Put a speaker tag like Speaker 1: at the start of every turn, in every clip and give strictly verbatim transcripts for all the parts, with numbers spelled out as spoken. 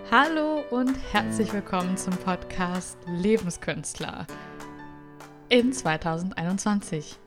Speaker 1: Hallo und herzlich willkommen zum Podcast Lebenskünstler in zwanzig einundzwanzig.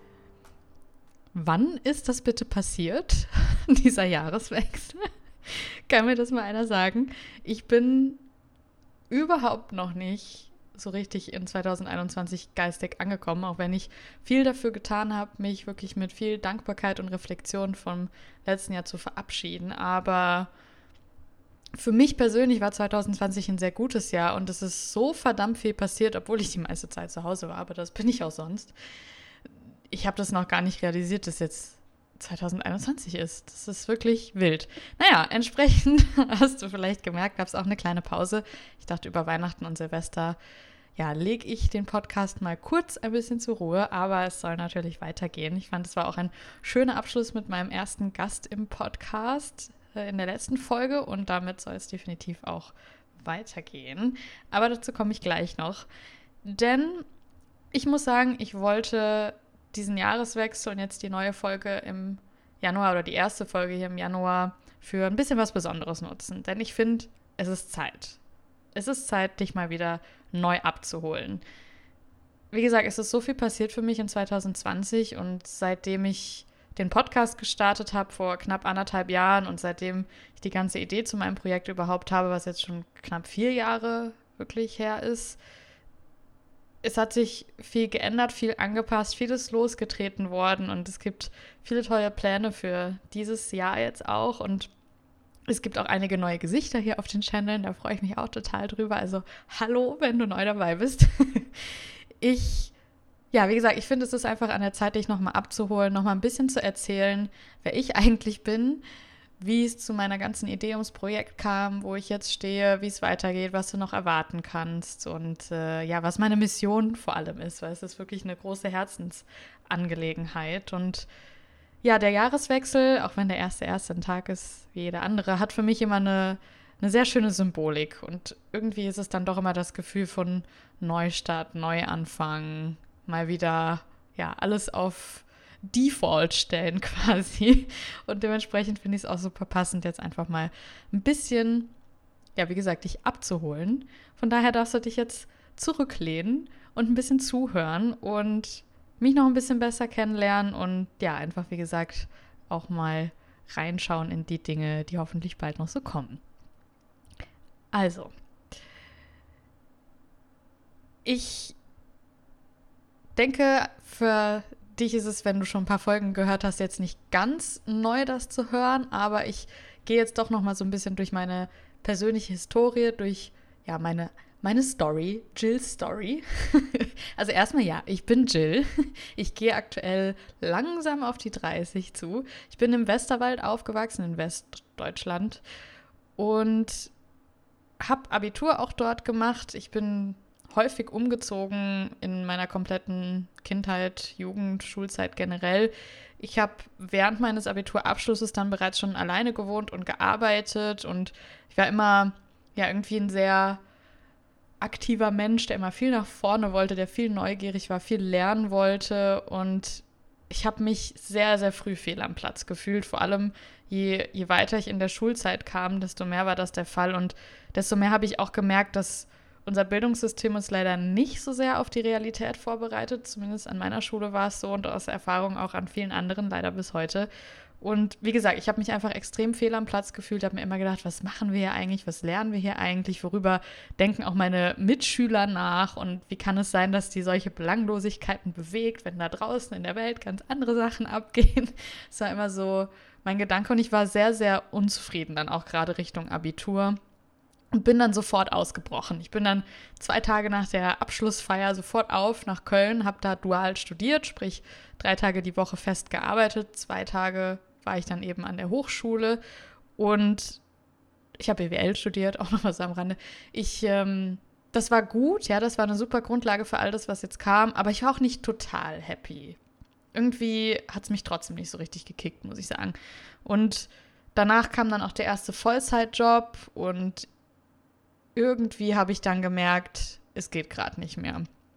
Speaker 1: Wann ist das bitte passiert, dieser Jahreswechsel? Kann mir das mal einer sagen? Ich bin überhaupt noch nicht so richtig in zwanzig einundzwanzig geistig angekommen, auch wenn ich viel dafür getan habe, mich wirklich mit viel Dankbarkeit und Reflexion vom letzten Jahr zu verabschieden. Aber für mich persönlich war zwanzig zwanzig ein sehr gutes Jahr und es ist so verdammt viel passiert, obwohl ich die meiste Zeit zu Hause war, aber das bin ich auch sonst. Ich habe das noch gar nicht realisiert, dass jetzt zwanzig einundzwanzig ist. Das ist wirklich wild. Naja, entsprechend hast du vielleicht gemerkt, gab es auch eine kleine Pause. Ich dachte, über Weihnachten und Silvester, ja, lege ich den Podcast mal kurz ein bisschen zur Ruhe, aber es soll natürlich weitergehen. Ich fand, es war auch ein schöner Abschluss mit meinem ersten Gast im Podcast in der letzten Folge und damit soll es definitiv auch weitergehen. Aber dazu komme ich gleich noch. Denn ich muss sagen, ich wollte diesen Jahreswechsel und jetzt die neue Folge im Januar oder die erste Folge hier im Januar für ein bisschen was Besonderes nutzen. Denn ich finde, es ist Zeit. Es ist Zeit, dich mal wieder neu abzuholen. Wie gesagt, es ist so viel passiert für mich in zwanzig zwanzig und seitdem ich den Podcast gestartet habe vor knapp anderthalb Jahren und seitdem ich die ganze Idee zu meinem Projekt überhaupt habe, was jetzt schon knapp vier Jahre wirklich her ist, es hat sich viel geändert, viel angepasst, vieles losgetreten worden und es gibt viele tolle Pläne für dieses Jahr jetzt auch und es gibt auch einige neue Gesichter hier auf den Channeln, da freue ich mich auch total drüber. Also hallo, wenn du neu dabei bist. ich Ja, wie gesagt, ich finde, es ist einfach an der Zeit, dich nochmal abzuholen, nochmal ein bisschen zu erzählen, wer ich eigentlich bin, wie es zu meiner ganzen Idee ums Projekt kam, wo ich jetzt stehe, wie es weitergeht, was du noch erwarten kannst und äh, ja, was meine Mission vor allem ist, weil es ist wirklich eine große Herzensangelegenheit. Und ja, der Jahreswechsel, auch wenn der erste erste ein Tag ist wie jeder andere, hat für mich immer eine, eine sehr schöne Symbolik. Und irgendwie ist es dann doch immer das Gefühl von Neustart, Neuanfang, mal wieder, ja, alles auf Default stellen quasi. Und dementsprechend finde ich es auch super passend, jetzt einfach mal ein bisschen, ja, wie gesagt, dich abzuholen. Von daher darfst du dich jetzt zurücklehnen und ein bisschen zuhören und mich noch ein bisschen besser kennenlernen und ja, einfach, wie gesagt, auch mal reinschauen in die Dinge, die hoffentlich bald noch so kommen. Also, ich denke, für dich ist es, wenn du schon ein paar Folgen gehört hast, jetzt nicht ganz neu, das zu hören, aber ich gehe jetzt doch noch mal so ein bisschen durch meine persönliche Historie, durch ja meine, meine Story, Jill's Story. Also erstmal ja, ich bin Jill. Ich gehe aktuell langsam auf die dreißig zu. Ich bin im Westerwald aufgewachsen, in Westdeutschland und habe Abitur auch dort gemacht. Ich bin häufig umgezogen in meiner kompletten Kindheit, Jugend, Schulzeit generell. Ich habe während meines Abiturabschlusses dann bereits schon alleine gewohnt und gearbeitet und ich war immer ja irgendwie ein sehr aktiver Mensch, der immer viel nach vorne wollte, der viel neugierig war, viel lernen wollte und ich habe mich sehr, sehr früh fehl am Platz gefühlt. Vor allem, je, je weiter ich in der Schulzeit kam, desto mehr war das der Fall und desto mehr habe ich auch gemerkt, dass unser Bildungssystem ist leider nicht so sehr auf die Realität vorbereitet. Zumindest an meiner Schule war es so und aus Erfahrung auch an vielen anderen leider bis heute. Und wie gesagt, ich habe mich einfach extrem fehl am Platz gefühlt, habe mir immer gedacht, was machen wir hier eigentlich, was lernen wir hier eigentlich, worüber denken auch meine Mitschüler nach und wie kann es sein, dass die solche Belanglosigkeiten bewegt, wenn da draußen in der Welt ganz andere Sachen abgehen. Das war immer so mein Gedanke und ich war sehr, sehr unzufrieden dann auch gerade Richtung Abitur. Und bin dann sofort ausgebrochen. Ich bin dann zwei Tage nach der Abschlussfeier sofort auf nach Köln, habe da dual studiert, sprich drei Tage die Woche fest gearbeitet. Zwei Tage war ich dann eben an der Hochschule und ich habe B W L studiert, auch noch was am Rande. Ich, ähm, das war gut, ja, das war eine super Grundlage für all das, was jetzt kam, aber ich war auch nicht total happy. Irgendwie hat es mich trotzdem nicht so richtig gekickt, muss ich sagen. Und danach kam dann auch der erste Vollzeitjob und irgendwie habe ich dann gemerkt, es geht gerade nicht mehr.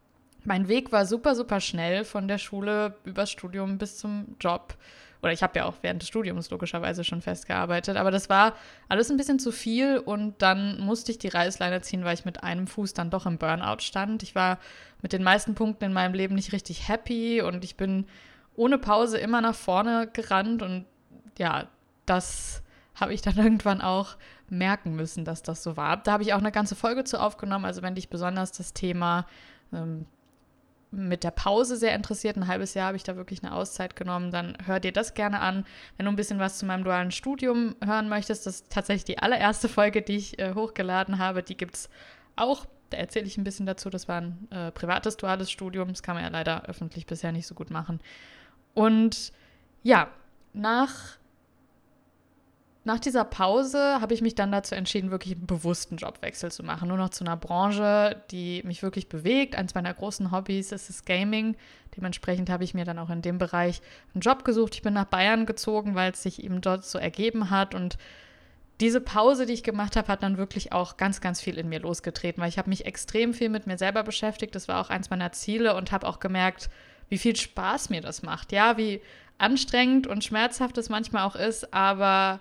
Speaker 1: Mein Weg war super, super schnell von der Schule übers Studium bis zum Job. Oder ich habe ja auch während des Studiums logischerweise schon festgearbeitet. Aber das war alles ein bisschen zu viel und dann musste ich die Reißleine ziehen, weil ich mit einem Fuß dann doch im Burnout stand. Ich war mit den meisten Punkten in meinem Leben nicht richtig happy und ich bin ohne Pause immer nach vorne gerannt. Und ja, das habe ich dann irgendwann auch merken müssen, dass das so war. Da habe ich auch eine ganze Folge zu aufgenommen. Also wenn dich besonders das Thema ähm, mit der Pause sehr interessiert, ein halbes Jahr habe ich da wirklich eine Auszeit genommen, dann hör dir das gerne an. Wenn du ein bisschen was zu meinem dualen Studium hören möchtest, das ist tatsächlich die allererste Folge, die ich äh, hochgeladen habe, die gibt es auch. Da erzähle ich ein bisschen dazu, das war ein äh, privates duales Studium, das kann man ja leider öffentlich bisher nicht so gut machen. Und ja, nach Nach dieser Pause habe ich mich dann dazu entschieden, wirklich einen bewussten Jobwechsel zu machen. Nur noch zu einer Branche, die mich wirklich bewegt. Eins meiner großen Hobbys ist das Gaming. Dementsprechend habe ich mir dann auch in dem Bereich einen Job gesucht. Ich bin nach Bayern gezogen, weil es sich eben dort so ergeben hat. Und diese Pause, die ich gemacht habe, hat dann wirklich auch ganz, ganz viel in mir losgetreten, weil ich habe mich extrem viel mit mir selber beschäftigt. Das war auch eins meiner Ziele und habe auch gemerkt, wie viel Spaß mir das macht. Ja, wie anstrengend und schmerzhaft es manchmal auch ist, aber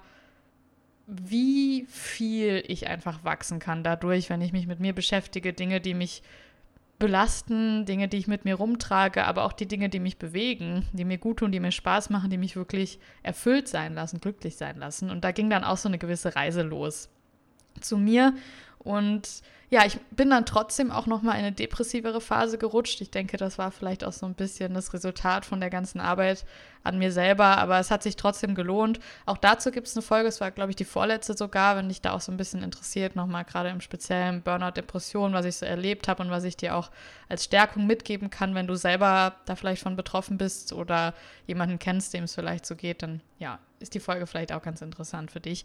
Speaker 1: wie viel ich einfach wachsen kann dadurch, wenn ich mich mit mir beschäftige, Dinge, die mich belasten, Dinge, die ich mit mir rumtrage, aber auch die Dinge, die mich bewegen, die mir gut tun, die mir Spaß machen, die mich wirklich erfüllt sein lassen, glücklich sein lassen. Und da ging dann auch so eine gewisse Reise los zu mir. Und ja, ich bin dann trotzdem auch nochmal in eine depressivere Phase gerutscht. Ich denke, das war vielleicht auch so ein bisschen das Resultat von der ganzen Arbeit an mir selber, aber es hat sich trotzdem gelohnt. Auch dazu gibt es eine Folge, es war, glaube ich, die vorletzte sogar, wenn dich da auch so ein bisschen interessiert, nochmal gerade im speziellen Burnout, Depression, was ich so erlebt habe und was ich dir auch als Stärkung mitgeben kann, wenn du selber da vielleicht von betroffen bist oder jemanden kennst, dem es vielleicht so geht, dann ja, ist die Folge vielleicht auch ganz interessant für dich.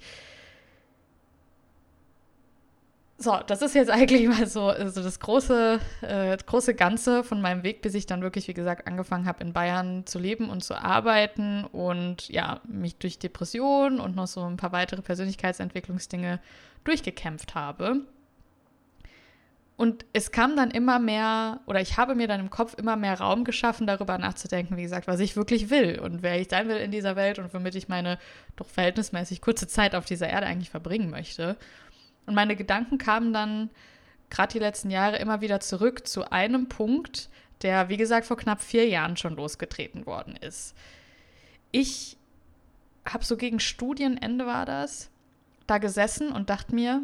Speaker 1: So, das ist jetzt eigentlich mal so also das große, äh, große Ganze von meinem Weg, bis ich dann wirklich, wie gesagt, angefangen habe, in Bayern zu leben und zu arbeiten und ja, mich durch Depressionen und noch so ein paar weitere Persönlichkeitsentwicklungsdinge durchgekämpft habe. Und es kam dann immer mehr, oder ich habe mir dann im Kopf immer mehr Raum geschaffen, darüber nachzudenken, wie gesagt, was ich wirklich will und wer ich sein will in dieser Welt und womit ich meine doch verhältnismäßig kurze Zeit auf dieser Erde eigentlich verbringen möchte. Und meine Gedanken kamen dann gerade die letzten Jahre immer wieder zurück zu einem Punkt, der, wie gesagt, vor knapp vier Jahren schon losgetreten worden ist. Ich habe so gegen Studienende war das, da gesessen und dachte mir,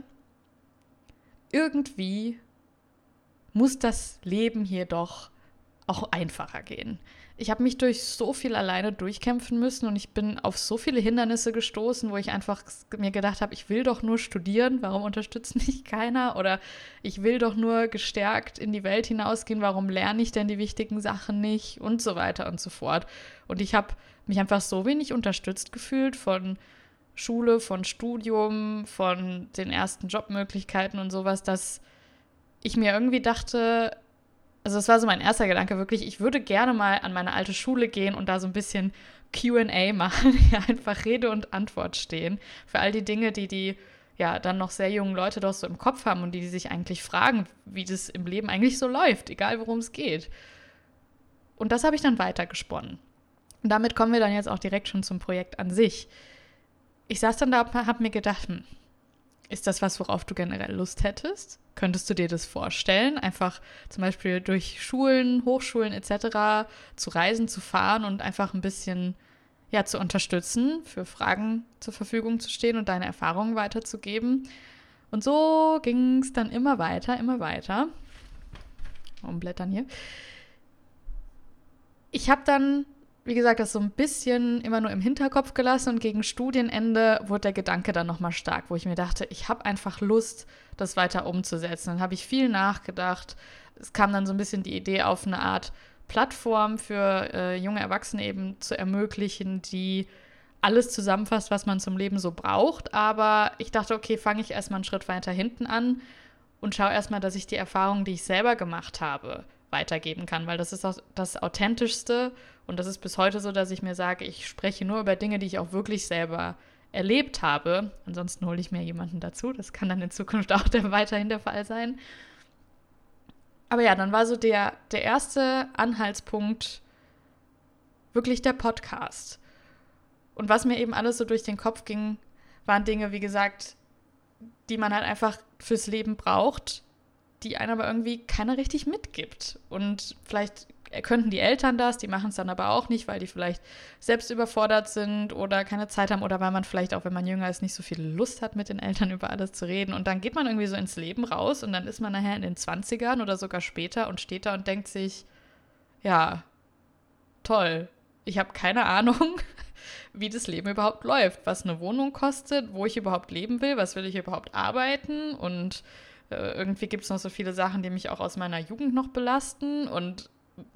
Speaker 1: irgendwie muss das Leben hier doch auch einfacher gehen. Ich habe mich durch so viel alleine durchkämpfen müssen und ich bin auf so viele Hindernisse gestoßen, wo ich einfach mir gedacht habe, ich will doch nur studieren, warum unterstützt mich keiner? Oder ich will doch nur gestärkt in die Welt hinausgehen, warum lerne ich denn die wichtigen Sachen nicht? Und so weiter und so fort. Und ich habe mich einfach so wenig unterstützt gefühlt von Schule, von Studium, von den ersten Jobmöglichkeiten und sowas, dass ich mir irgendwie dachte, also das war so mein erster Gedanke, wirklich, ich würde gerne mal an meine alte Schule gehen und da so ein bisschen Q and A machen, ja, einfach Rede und Antwort stehen für all die Dinge, die die ja dann noch sehr jungen Leute doch so im Kopf haben und die, die sich eigentlich fragen, wie das im Leben eigentlich so läuft, egal worum es geht. Und das habe ich dann weitergesponnen. Und damit kommen wir dann jetzt auch direkt schon zum Projekt an sich. Ich saß dann da und habe mir gedacht, hm, ist das was, worauf du generell Lust hättest? Könntest du dir das vorstellen, einfach zum Beispiel durch Schulen, Hochschulen et cetera zu reisen, zu fahren und einfach ein bisschen ja, zu unterstützen, für Fragen zur Verfügung zu stehen und deine Erfahrungen weiterzugeben? Und so ging es dann immer weiter, immer weiter. Umblättern hier. Ich habe dann, wie gesagt, das so ein bisschen immer nur im Hinterkopf gelassen und gegen Studienende wurde der Gedanke dann nochmal stark, wo ich mir dachte, ich habe einfach Lust, das weiter umzusetzen. Dann habe ich viel nachgedacht. Es kam dann so ein bisschen die Idee auf, eine Art Plattform für äh, junge Erwachsene eben zu ermöglichen, die alles zusammenfasst, was man zum Leben so braucht. Aber ich dachte, okay, fange ich erstmal einen Schritt weiter hinten an und schaue erstmal, dass ich die Erfahrungen, die ich selber gemacht habe, weitergeben kann, weil das ist auch das Authentischste und das ist bis heute so, dass ich mir sage, ich spreche nur über Dinge, die ich auch wirklich selber erlebt habe. Ansonsten hole ich mir jemanden dazu, das kann dann in Zukunft auch der, weiterhin der Fall sein. Aber ja, dann war so der, der erste Anhaltspunkt wirklich der Podcast. Und was mir eben alles so durch den Kopf ging, waren Dinge, wie gesagt, die man halt einfach fürs Leben braucht, die einem aber irgendwie keiner richtig mitgibt. Und vielleicht könnten die Eltern das, die machen es dann aber auch nicht, weil die vielleicht selbst überfordert sind oder keine Zeit haben oder weil man vielleicht auch, wenn man jünger ist, nicht so viel Lust hat, mit den Eltern über alles zu reden. Und dann geht man irgendwie so ins Leben raus und dann ist man nachher in den zwanzigern oder sogar später und steht da und denkt sich, ja, toll, ich habe keine Ahnung, wie das Leben überhaupt läuft, was eine Wohnung kostet, wo ich überhaupt leben will, was will ich überhaupt arbeiten und äh, irgendwie gibt es noch so viele Sachen, die mich auch aus meiner Jugend noch belasten und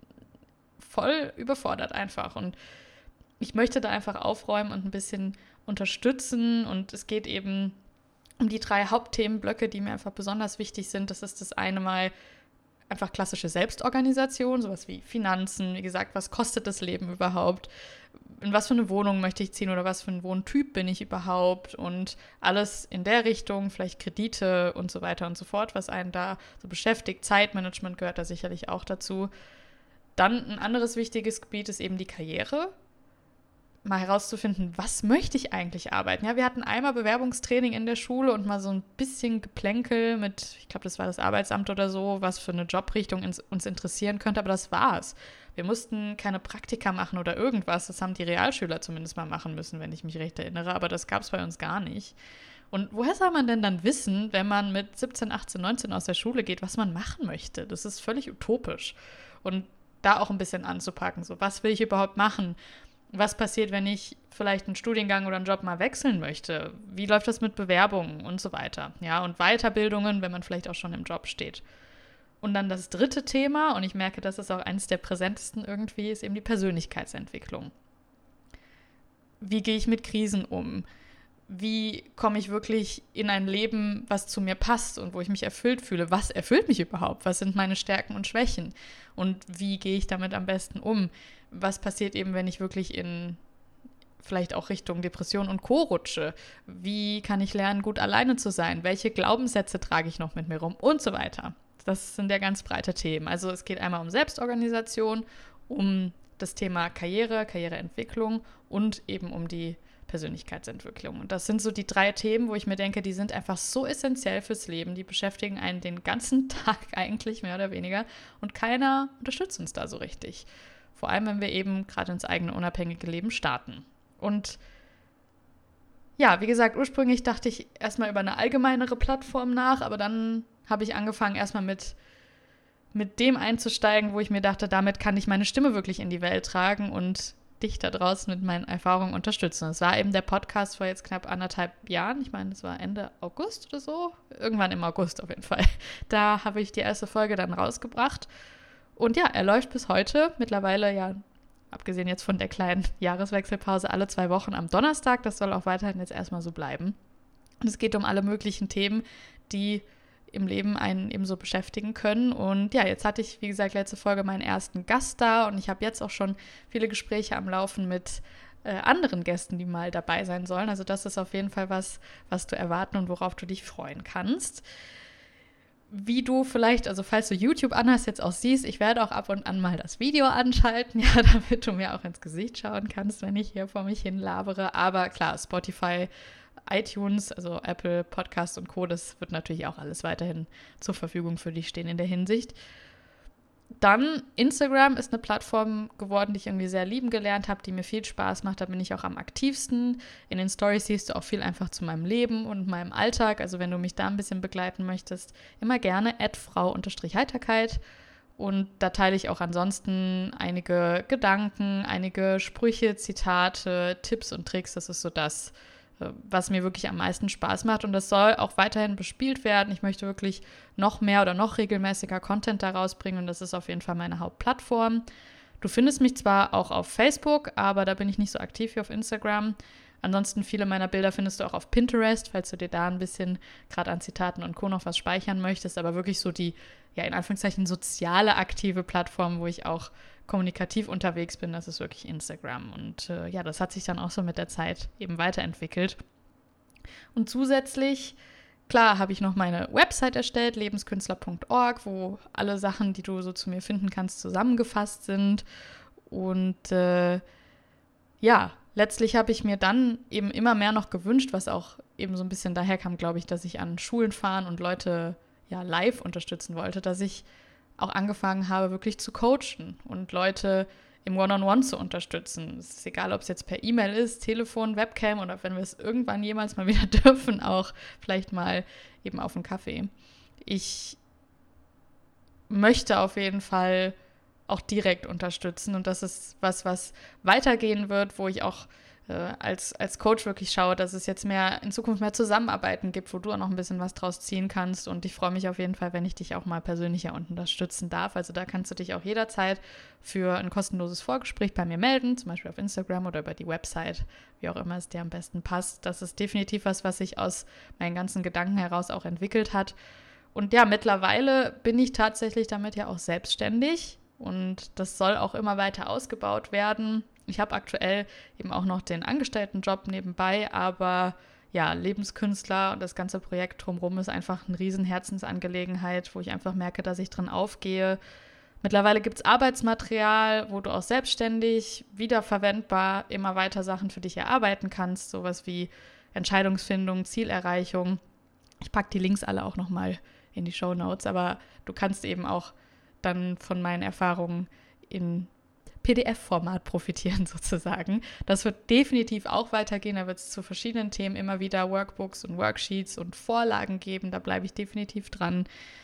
Speaker 1: voll überfordert einfach. Und ich möchte da einfach aufräumen und ein bisschen unterstützen und es geht eben um die drei Hauptthemenblöcke, die mir einfach besonders wichtig sind. Das ist das eine Mal einfach klassische Selbstorganisation, sowas wie Finanzen, wie gesagt, was kostet das Leben überhaupt, in was für eine Wohnung möchte ich ziehen oder was für ein Wohntyp bin ich überhaupt und alles in der Richtung, vielleicht Kredite und so weiter und so fort, was einen da so beschäftigt. Zeitmanagement gehört da sicherlich auch dazu. Dann ein anderes wichtiges Gebiet ist eben die Karriere. Mal herauszufinden, was möchte ich eigentlich arbeiten? Ja, wir hatten einmal Bewerbungstraining in der Schule und mal so ein bisschen Geplänkel mit, ich glaube, das war das Arbeitsamt oder so, was für eine Jobrichtung ins, uns interessieren könnte, aber das war's. Wir mussten keine Praktika machen oder irgendwas. Das haben die Realschüler zumindest mal machen müssen, wenn ich mich recht erinnere, aber das gab es bei uns gar nicht. Und woher soll man denn dann wissen, wenn man mit siebzehn, achtzehn, neunzehn aus der Schule geht, was man machen möchte? Das ist völlig utopisch. Und da auch ein bisschen anzupacken, so was will ich überhaupt machen? Was passiert, wenn ich vielleicht einen Studiengang oder einen Job mal wechseln möchte? Wie läuft das mit Bewerbungen und so weiter? Ja, und Weiterbildungen, wenn man vielleicht auch schon im Job steht. Und dann das dritte Thema, und ich merke, das ist auch eines der präsentesten irgendwie, ist eben die Persönlichkeitsentwicklung. Wie gehe ich mit Krisen um? Wie komme ich wirklich in ein Leben, was zu mir passt und wo ich mich erfüllt fühle? Was erfüllt mich überhaupt? Was sind meine Stärken und Schwächen? Und wie gehe ich damit am besten um? Was passiert eben, wenn ich wirklich in vielleicht auch Richtung Depression und Co. rutsche? Wie kann ich lernen, gut alleine zu sein? Welche Glaubenssätze trage ich noch mit mir rum? Und so weiter. Das sind ja ganz breite Themen. Also es geht einmal um Selbstorganisation, um das Thema Karriere, Karriereentwicklung und eben um die Persönlichkeitsentwicklung. Und das sind so die drei Themen, wo ich mir denke, die sind einfach so essentiell fürs Leben. Die beschäftigen einen den ganzen Tag eigentlich, mehr oder weniger. Und keiner unterstützt uns da so richtig. Vor allem, wenn wir eben gerade ins eigene unabhängige Leben starten. Und ja, wie gesagt, ursprünglich dachte ich erstmal über eine allgemeinere Plattform nach, aber dann habe ich angefangen, erstmal mit, mit dem einzusteigen, wo ich mir dachte, damit kann ich meine Stimme wirklich in die Welt tragen und dich da draußen mit meinen Erfahrungen unterstützen. Das war eben der Podcast vor jetzt knapp anderthalb Jahren. Ich meine, das war Ende August oder so. Irgendwann im August auf jeden Fall. Da habe ich die erste Folge dann rausgebracht. Und ja, er läuft bis heute. Mittlerweile ja, abgesehen jetzt von der kleinen Jahreswechselpause, alle zwei Wochen am Donnerstag. Das soll auch weiterhin jetzt erstmal so bleiben. Und es geht um alle möglichen Themen, die im Leben einen ebenso beschäftigen können. Und ja, jetzt hatte ich, wie gesagt, letzte Folge meinen ersten Gast da und ich habe jetzt auch schon viele Gespräche am Laufen mit äh, anderen Gästen, die mal dabei sein sollen. Also das ist auf jeden Fall was, was du erwarten und worauf du dich freuen kannst. Wie du vielleicht, also falls du YouTube anhast, jetzt auch siehst, ich werde auch ab und an mal das Video anschalten, ja, damit du mir auch ins Gesicht schauen kannst, wenn ich hier vor mich hin labere. Aber klar, Spotify, iTunes, also Apple Podcasts und Co., das wird natürlich auch alles weiterhin zur Verfügung für dich stehen in der Hinsicht. Dann Instagram ist eine Plattform geworden, die ich irgendwie sehr lieben gelernt habe, die mir viel Spaß macht. Da bin ich auch am aktivsten. In den Stories siehst du auch viel einfach zu meinem Leben und meinem Alltag. Also wenn du mich da ein bisschen begleiten möchtest, immer gerne at frau-heiterkeit. Und da teile ich auch ansonsten einige Gedanken, einige Sprüche, Zitate, Tipps und Tricks. Das ist so das, was mir wirklich am meisten Spaß macht. Und das soll auch weiterhin bespielt werden. Ich möchte wirklich noch mehr oder noch regelmäßiger Content da rausbringen. Und das ist auf jeden Fall meine Hauptplattform. Du findest mich zwar auch auf Facebook, aber da bin ich nicht so aktiv wie auf Instagram. Ansonsten viele meiner Bilder findest du auch auf Pinterest, falls du dir da ein bisschen gerade an Zitaten und Co. noch was speichern möchtest. Aber wirklich so die, ja in Anführungszeichen, soziale, aktive Plattform, wo ich auch kommunikativ unterwegs bin, das ist wirklich Instagram. Und äh, ja, das hat sich dann auch so mit der Zeit eben weiterentwickelt. Und zusätzlich klar habe ich noch meine Website erstellt, lebenskünstler punkt org, wo alle Sachen, die du so zu mir finden kannst, zusammengefasst sind. Und äh, ja, letztlich habe ich mir dann eben immer mehr noch gewünscht, was auch eben so ein bisschen daher kam, glaube ich, dass ich an Schulen fahren und Leute ja live unterstützen wollte, dass ich auch angefangen habe, wirklich zu coachen und Leute im One-on-One zu unterstützen. Es ist egal, ob es jetzt per E-Mail ist, Telefon, Webcam oder wenn wir es irgendwann jemals mal wieder dürfen, auch vielleicht mal eben auf einen Kaffee. Ich möchte auf jeden Fall auch direkt unterstützen und das ist was, was weitergehen wird, wo ich auch äh, als, als Coach wirklich schaue, dass es jetzt mehr in Zukunft mehr Zusammenarbeiten gibt, wo du auch noch ein bisschen was draus ziehen kannst und ich freue mich auf jeden Fall, wenn ich dich auch mal persönlicher unterstützen darf. Also da kannst du dich auch jederzeit für ein kostenloses Vorgespräch bei mir melden, zum Beispiel auf Instagram oder über die Website, wie auch immer es dir am besten passt. Das ist definitiv was, was sich aus meinen ganzen Gedanken heraus auch entwickelt hat. Und ja, mittlerweile bin ich tatsächlich damit ja auch selbstständig und das soll auch immer weiter ausgebaut werden. Ich habe aktuell eben auch noch den Angestelltenjob nebenbei, aber ja, Lebenskünstler und das ganze Projekt drumherum ist einfach eine riesen Herzensangelegenheit, wo ich einfach merke, dass ich drin aufgehe. Mittlerweile gibt es Arbeitsmaterial, wo du auch selbstständig, wiederverwendbar immer weiter Sachen für dich erarbeiten kannst, sowas wie Entscheidungsfindung, Zielerreichung. Ich packe die Links alle auch nochmal in die Shownotes, aber du kannst eben auch dann von meinen Erfahrungen in P D F-Format profitieren sozusagen. Das wird definitiv auch weitergehen. Da wird es zu verschiedenen Themen immer wieder Workbooks und Worksheets und Vorlagen geben. Da bleibe ich definitiv dran.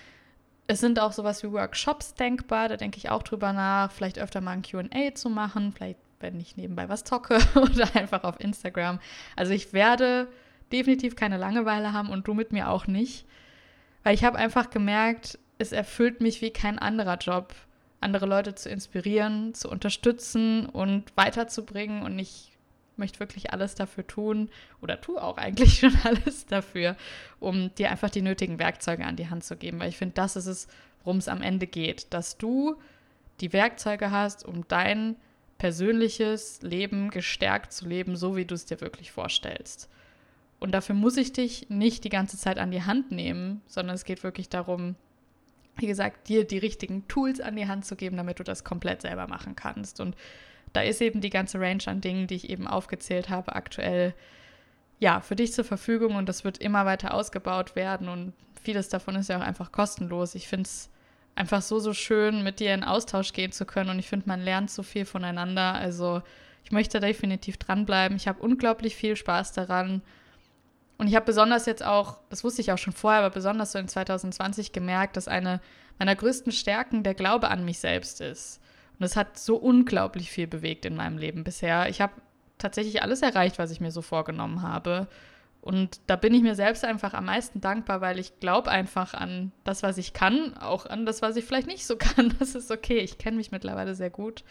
Speaker 1: Es sind auch sowas wie Workshops denkbar. Da denke ich auch drüber nach, vielleicht öfter mal ein Q and A zu machen. Vielleicht, wenn ich nebenbei was zocke oder einfach auf Instagram. Also ich werde definitiv keine Langeweile haben und du mit mir auch nicht. Weil ich habe einfach gemerkt, es erfüllt mich wie kein anderer Job, andere Leute zu inspirieren, zu unterstützen und weiterzubringen. Und ich möchte wirklich alles dafür tun oder tue auch eigentlich schon alles dafür, um dir einfach die nötigen Werkzeuge an die Hand zu geben. Weil ich finde, das ist es, worum es am Ende geht. Dass du die Werkzeuge hast, um dein persönliches Leben gestärkt zu leben, so wie du es dir wirklich vorstellst. Und dafür muss ich dich nicht die ganze Zeit an die Hand nehmen, sondern es geht wirklich darum, wie gesagt, dir die richtigen Tools an die Hand zu geben, damit du das komplett selber machen kannst. Und da ist eben die ganze Range an Dingen, die ich eben aufgezählt habe, aktuell ja für dich zur Verfügung und das wird immer weiter ausgebaut werden und vieles davon ist ja auch einfach kostenlos. Ich finde es einfach so, so schön, mit dir in Austausch gehen zu können und ich finde, man lernt so viel voneinander. Also ich möchte definitiv dranbleiben. Ich habe unglaublich viel Spaß daran. Und ich habe besonders jetzt auch, das wusste ich auch schon vorher, aber besonders so in zwanzig zwanzig gemerkt, dass eine meiner größten Stärken der Glaube an mich selbst ist. Und das hat so unglaublich viel bewegt in meinem Leben bisher. Ich habe tatsächlich alles erreicht, was ich mir so vorgenommen habe. Und da bin ich mir selbst einfach am meisten dankbar, weil ich glaube einfach an das, was ich kann, auch an das, was ich vielleicht nicht so kann. Das ist okay, ich kenne mich mittlerweile sehr gut.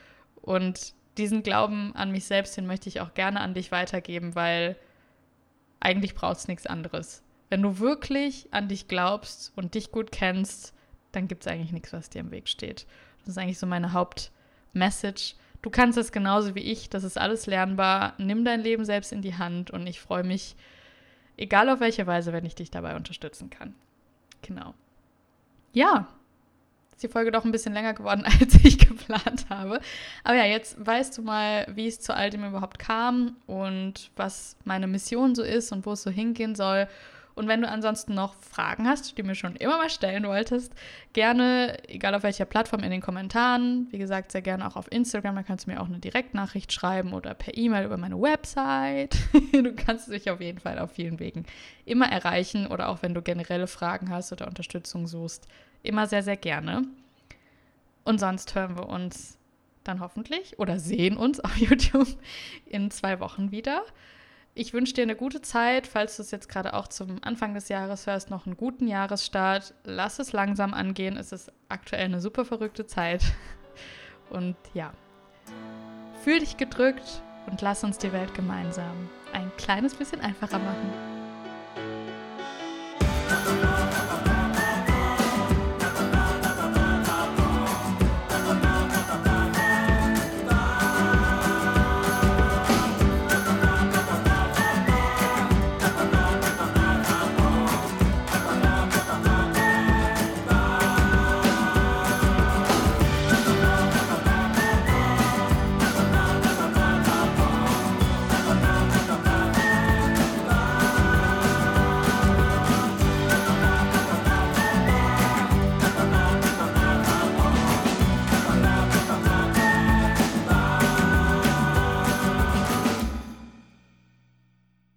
Speaker 1: Und diesen Glauben an mich selbst, den möchte ich auch gerne an dich weitergeben, weil eigentlich braucht es nichts anderes. Wenn du wirklich an dich glaubst und dich gut kennst, dann gibt es eigentlich nichts, was dir im Weg steht. Das ist eigentlich so meine Hauptmessage. Du kannst es genauso wie ich, das ist alles lernbar. Nimm dein Leben selbst in die Hand und ich freue mich, egal auf welche Weise, wenn ich dich dabei unterstützen kann. Genau. Ja, ist die Folge doch ein bisschen länger geworden, als ich geplant habe. Aber ja, jetzt weißt du mal, wie es zu all dem überhaupt kam und was meine Mission so ist und wo es so hingehen soll. Und wenn du ansonsten noch Fragen hast, die du mir schon immer mal stellen wolltest, gerne, egal auf welcher Plattform, in den Kommentaren. Wie gesagt, sehr gerne auch auf Instagram. Da kannst du mir auch eine Direktnachricht schreiben oder per E-Mail über meine Website. Du kannst dich auf jeden Fall auf vielen Wegen immer erreichen oder auch wenn du generelle Fragen hast oder Unterstützung suchst, immer sehr, sehr gerne. Und sonst hören wir uns dann hoffentlich oder sehen uns auf YouTube in zwei Wochen wieder. Ich wünsche dir eine gute Zeit, falls du es jetzt gerade auch zum Anfang des Jahres hörst, noch einen guten Jahresstart. Lass es langsam angehen, es ist aktuell eine super verrückte Zeit. Und ja, fühl dich gedrückt und lass uns die Welt gemeinsam ein kleines bisschen einfacher machen.